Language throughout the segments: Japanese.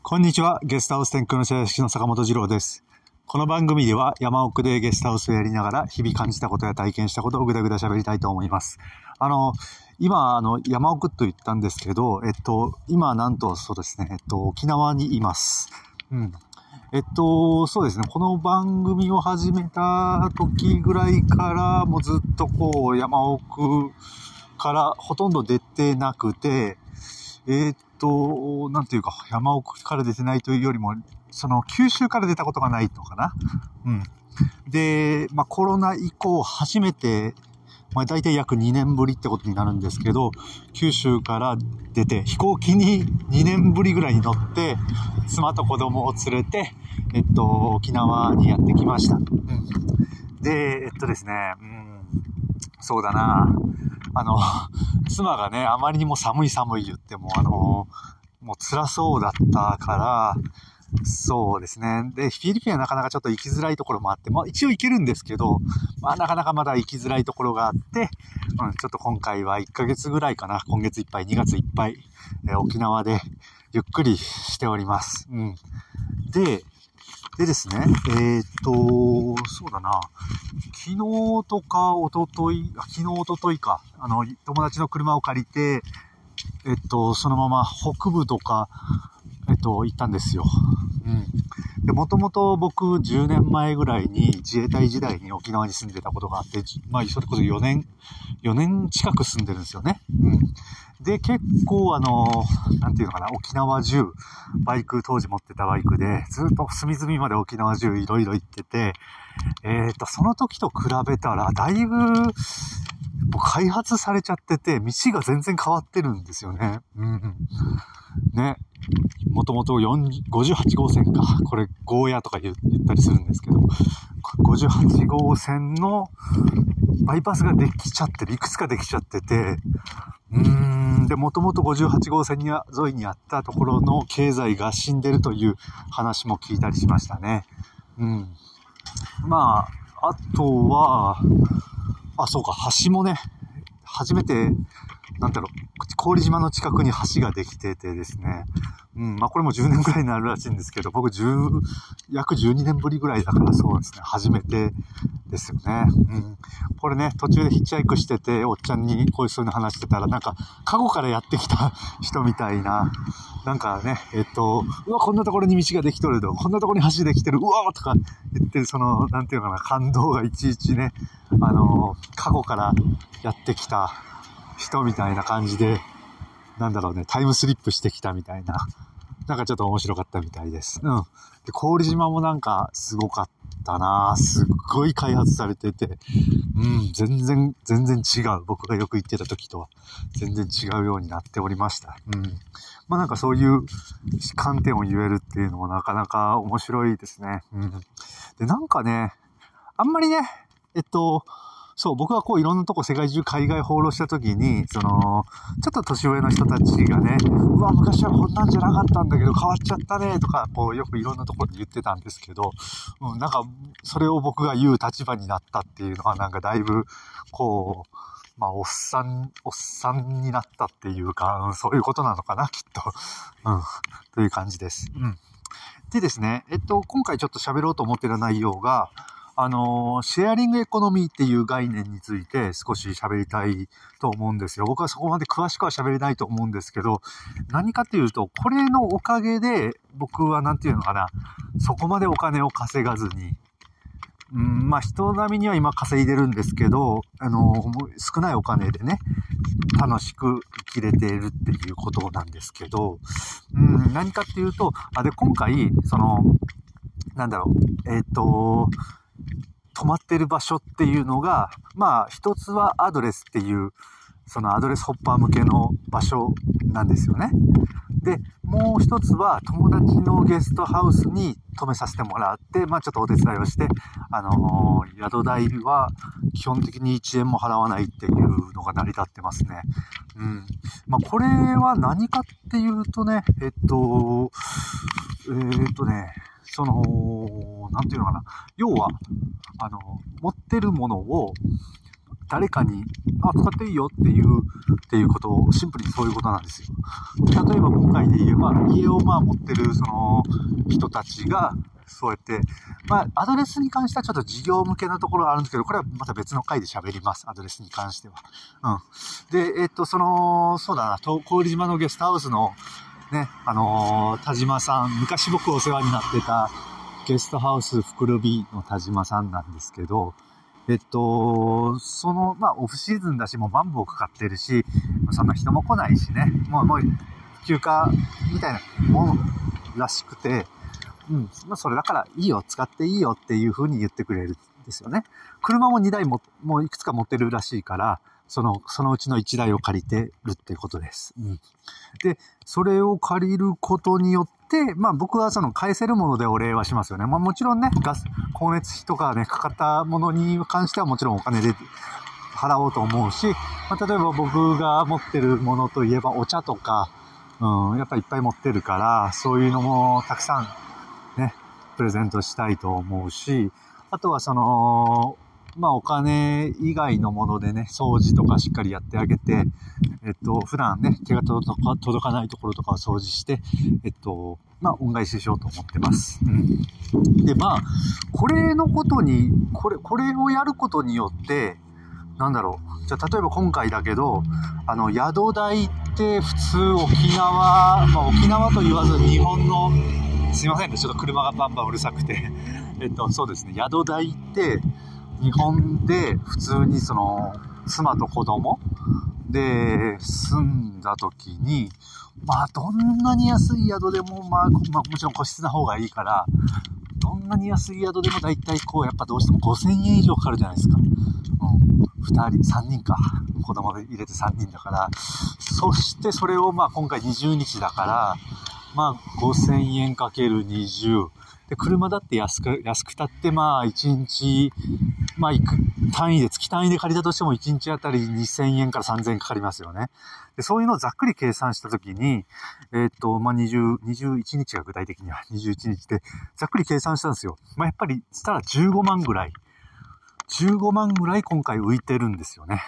こんにちは。ゲストハウス天空の茶屋敷の坂本二郎です。この番組では山奥でゲストハウスをやりながら日々感じたことや体験したことをぐだぐだ喋りたいと思います。今、山奥と言ったんですけど、今なんとそうですね、沖縄にいます。そうですね、この番組を始めた時ぐらいからもうずっと山奥からほとんど出てなくて、なんていうか、山奥から出てないというよりも、九州から出たことがないのかな。で、コロナ以降初めて、大体約2年ぶりってことになるんですけど、九州から出て、飛行機に2年ぶりぐらいに乗って、妻と子供を連れて、沖縄にやってきました。で、ですね、そうだな。妻がね、あまりにも寒い言っても、もう辛そうだったから、そうですね。で、フィリピンはなかなかちょっと行きづらいところもあって、一応行けるんですけど、なかなかまだ行きづらいところがあって、ちょっと今回は1ヶ月ぐらいかな、今月いっぱい、2月いっぱい、沖縄でゆっくりしております。でですね、そうだな、昨日とか昨日一昨日か、友達の車を借りて、そのまま北部とか、行ったんですよ。で、もともと僕10年前ぐらいに自衛隊時代に沖縄に住んでたことがあって、それこそ4年近く住んでるんですよね。で、結構なんていうのかな、沖縄中、当時持ってたバイクで、ずっと隅々まで沖縄中いろいろ行ってて、その時と比べたら、だいぶ、開発されちゃってて、道が全然変わってるんですよね。ね。もともと58号線か。これ、ゴーヤとか言ったりするんですけど、58号線のバイパスができちゃってる。いくつかできちゃってて、で、もともと58号線沿いにあったところの経済が死んでるという話も聞いたりしましたね。あとは、そうか、橋もね、初めて、郡島の近くに橋ができててですね。これも10年くらいになるらしいんですけど、僕約12年ぶりぐらいだからそうですね、初めてですよね。これね、途中でヒッチハイクしてて、おっちゃんにそういうの話してたら、過去からやってきた人みたいな、うわ、こんなところに道ができとると、こんなところに橋できてる、うわーとか言ってる、なんていうのかな、感動がいちいちね、過去からやってきた人みたいな感じで、タイムスリップしてきたみたいな、ちょっと面白かったみたいです。で、郡島もすごかったな。すっごい開発されてて、全然違う。僕がよく行ってた時とは全然違うようになっておりました。そういう観点を言えるっていうのもなかなか面白いですね。で、あんまりね、そう、僕はいろんなとこ世界中海外放浪した時に、ちょっと年上の人たちがね、うわ、昔はこんなんじゃなかったんだけど変わっちゃったね、とか、よくいろんなところで言ってたんですけど、それを僕が言う立場になったっていうのはだいぶ、おっさんになったっていうか、そういうことなのかな、きっと。という感じです。でですね、今回ちょっと喋ろうと思っている内容が、シェアリングエコノミーっていう概念について少し喋りたいと思うんですよ。僕はそこまで詳しくは喋れないと思うんですけど、何かっていうと、これのおかげで僕はそこまでお金を稼がずに、人並みには今稼いでるんですけど、少ないお金でね、楽しく生きれているっていうことなんですけど、何かっていうと、で、今回、泊まってる場所っていうのが、一つはアドレスっていう、アドレスホッパー向けの場所なんですよね。で、もう一つは友達のゲストハウスに泊めさせてもらって、ちょっとお手伝いをして、宿代は基本的に1円も払わないっていうのが成り立ってますね。これは何かっていうとね、なんていうのかな。要は、持ってるものを、 誰かに、使っていいよっていうことを、シンプルにそういうことなんですよ。例えば今回で言えば、家を持ってるその人たちが、そうやって、アドレスに関してはちょっと事業向けなところがあるんですけど、これはまた別の回で喋ります。アドレスに関しては。で、そうだな、郡島のゲストハウスのね、田島さん、昔僕お世話になってたゲストハウス袋火の田島さんなんですけど、オフシーズンだし、もうマンボウかかってるし、そんな人も来ないしね、もう休暇みたいなものらしくて、それだからいいよ、使っていいよっていう風に言ってくれるんですよね。車も2台もういくつか持ってるらしいから、そのうちの1台を借りてるってことです。で、それを借りることによって、僕はその返せるものでお礼はしますよね。もちろんね、光熱費とかね、かかったものに関してはもちろんお金で払おうと思うし、例えば僕が持ってるものといえばお茶とか、やっぱいっぱい持ってるから、そういうのもたくさんね、プレゼントしたいと思うし、あとはお金以外のものでね、掃除とかしっかりやってあげて、普段ね、手が届かないところとかを掃除して、恩返ししようと思ってます。で、これをやることによって、じゃあ、例えば今回だけど、宿代って普通沖縄と言わず日本の、すいませんね、ちょっと車がバンバンうるさくて。そうですね、宿代って、日本で普通に妻と子供で住んだ時に、どんなに安い宿でも、もちろん個室な方がいいから、どんなに安い宿でもだいたいやっぱどうしても5000円以上かかるじゃないですか。2人、3人か。子供で入れて3人だから。そしてそれを今回20日だから、5000円かける20。で、車だって安くたって1日、月単位で借りたとしても1日あたり2000円から3000円かかりますよね。で、そういうのをざっくり計算したときに、21日が具体的には21日で、ざっくり計算したんですよ。やっぱり、したら15万ぐらい今回浮いてるんですよね。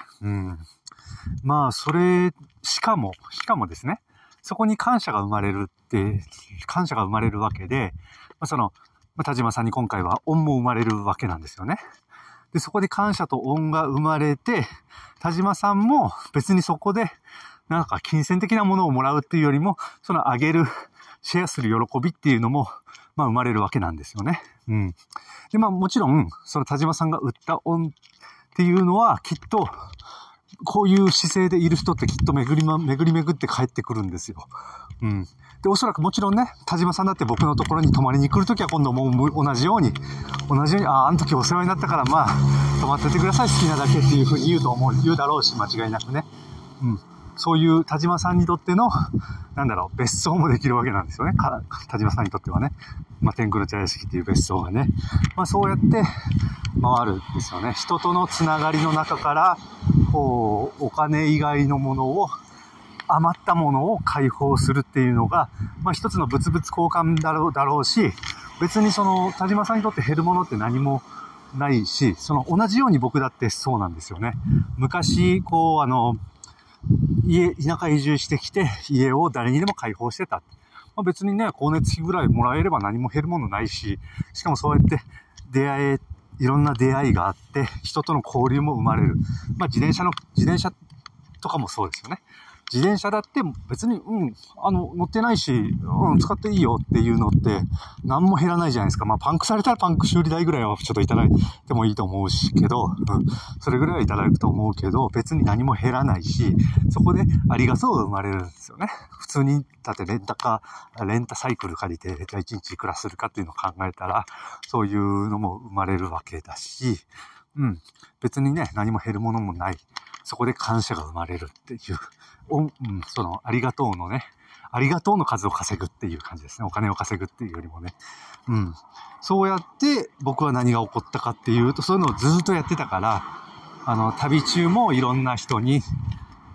しかもですね、そこに感謝が生まれるわけで、田島さんに今回は恩も生まれるわけなんですよね。で、そこで感謝と恩が生まれて、田島さんも別にそこで、金銭的なものをもらうっていうよりも、あげる、シェアする喜びっていうのも、生まれるわけなんですよね。で、もちろん、田島さんが売った恩っていうのは、きっと、こういう姿勢でいる人ってきっと巡りって帰ってくるんですよ。で、おそらくもちろんね、田島さんだって僕のところに泊まりに来るときは今度もう同じように、あの時お世話になったから泊まっててください、好きなだけっていうふうに言うだろうし、間違いなくね。そういう田島さんにとっての、別荘もできるわけなんですよね。田島さんにとってはね。天空の茶屋敷っていう別荘がね。そうやって回るんですよね。人とのつながりの中から、お金以外のものを、余ったものを解放するっていうのが、一つの物々交換だろうし、別に田島さんにとって減るものって何もないし、同じように僕だってそうなんですよね。昔、田舎移住してきて、家を誰にでも開放してた。別にね、光熱費ぐらいもらえれば何も減るものないし、しかもそうやっていろんな出会いがあって、人との交流も生まれる。自転車とかもそうですよね。自転車だって別に、乗ってないし、使っていいよっていうのって、何も減らないじゃないですか。パンクされたらパンク修理代ぐらいはちょっといただいてもいいと思うしけど、それぐらいはいただくと思うけど、別に何も減らないし、そこでありがとうが生まれるんですよね。普通に、だってレンタサイクル借りて、じゃあ1日いくらするかっていうのを考えたら、そういうのも生まれるわけだし、別にね、何も減るものもない。そこで感謝が生まれるっていう、ありがとうの数を稼ぐっていう感じですね。お金を稼ぐっていうよりもね。そうやって僕は何が起こったかっていうと、そういうのをずっとやってたから、旅中もいろんな人に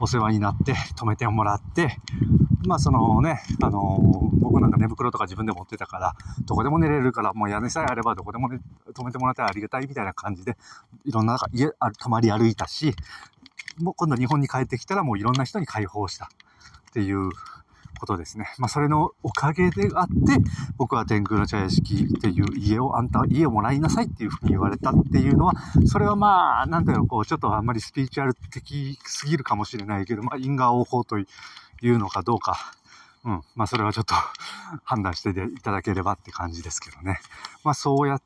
お世話になって、泊めてもらって、まあそのね、僕なんか寝袋とか自分で持ってたから、どこでも寝れるから、もう屋根さえあればどこでも、ね、泊めてもらってありがたいみたいな感じで、いろんな泊まり歩いたし、もう今度日本に帰ってきたらもういろんな人に開放したっていうことですね。まあそれのおかげであって、僕は天空の茶屋敷っていう家をもらいなさいっていうふうに言われたっていうのは、それはまあ、なんだろう、こう、ちょっとあんまりスピリチュアル的すぎるかもしれないけど、まあ因果応報というのかどうか、まあそれはちょっと判断していただければって感じですけどね。まあそうやって、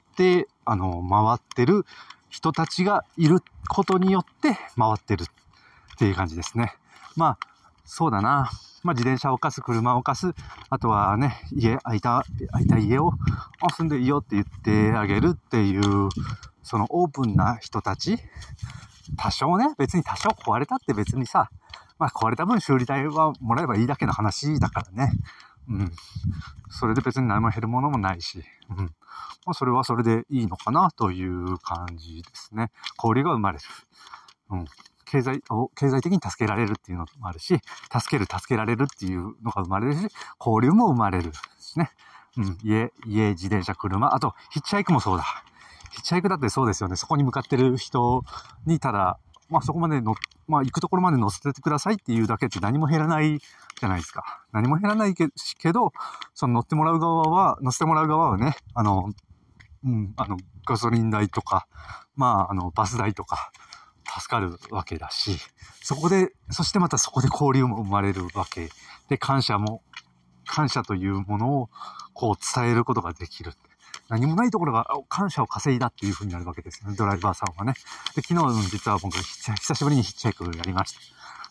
回ってる人たちがいることによって回ってるっていう感じですね。まあ、そうだな。まあ自転車を貸す、車を貸す、あとはね、空いた家を住んでいいよって言ってあげるっていう、そのオープンな人たち、別に多少壊れたって別にさ、まあ壊れた分修理代はもらえばいいだけの話だからね。それで別に何も減るものもないし、まあそれはそれでいいのかなという感じですね。交流が生まれる。経済的に助けられるっていうのもあるし、助けられるっていうのが生まれるし、交流も生まれるしね。家、自転車、車、あと、ヒッチハイクもそうだ。ヒッチハイクだってそうですよね。そこに向かってる人にただ、まあそこまで行くところまで乗せてくださいっていうだけって何も減らないじゃないですか。何も減らないけど、その乗せてもらう側はね、ガソリン代とか、バス代とか、助かるわけだし、そしてまたそこで交流も生まれるわけで、感謝というものをこう伝えることができる。何もないところが感謝を稼いだっていう風になるわけですよね、ドライバーさんはね。で、昨日実は僕、久しぶりにヒッチハイクやりました。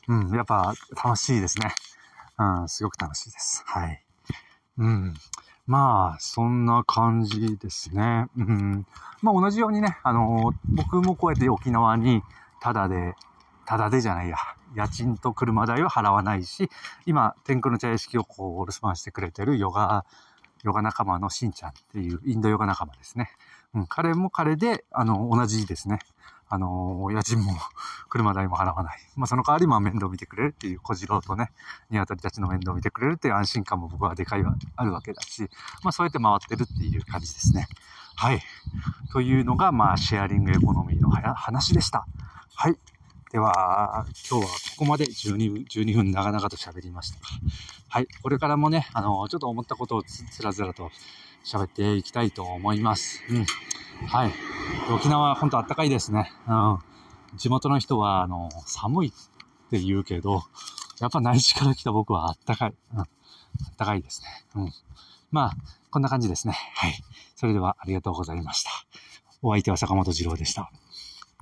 やっぱ楽しいですね。すごく楽しいです。はい。まあ、そんな感じですね。まあ同じようにね、僕もこうやって沖縄にただでじゃないや。家賃と車代は払わないし、今、天空の茶屋敷をこう、お留守番してくれてるヨガ仲間のしんちゃんっていうインドヨガ仲間ですね。彼も彼で、同じですね。家賃も車代も払わない。まあ、その代わり面倒見てくれるっていう小次郎とね、鶏たちの面倒見てくれるっていう安心感も僕はでかいはあるわけだし、まあ、そうやって回ってるっていう感じですね。はい。というのが、まあ、シェアリングエコノミーの話でした。はい。では、今日はここまで12分長々と喋りました。はい。これからもね、ちょっと思ったことをつらつらと喋っていきたいと思います。はい。沖縄は本当あったかいですね。地元の人は、寒いって言うけど、やっぱ内地から来た僕はあったかい。あったかいですね。まあ、こんな感じですね。はい。それではありがとうございました。お相手は坂本二郎でした。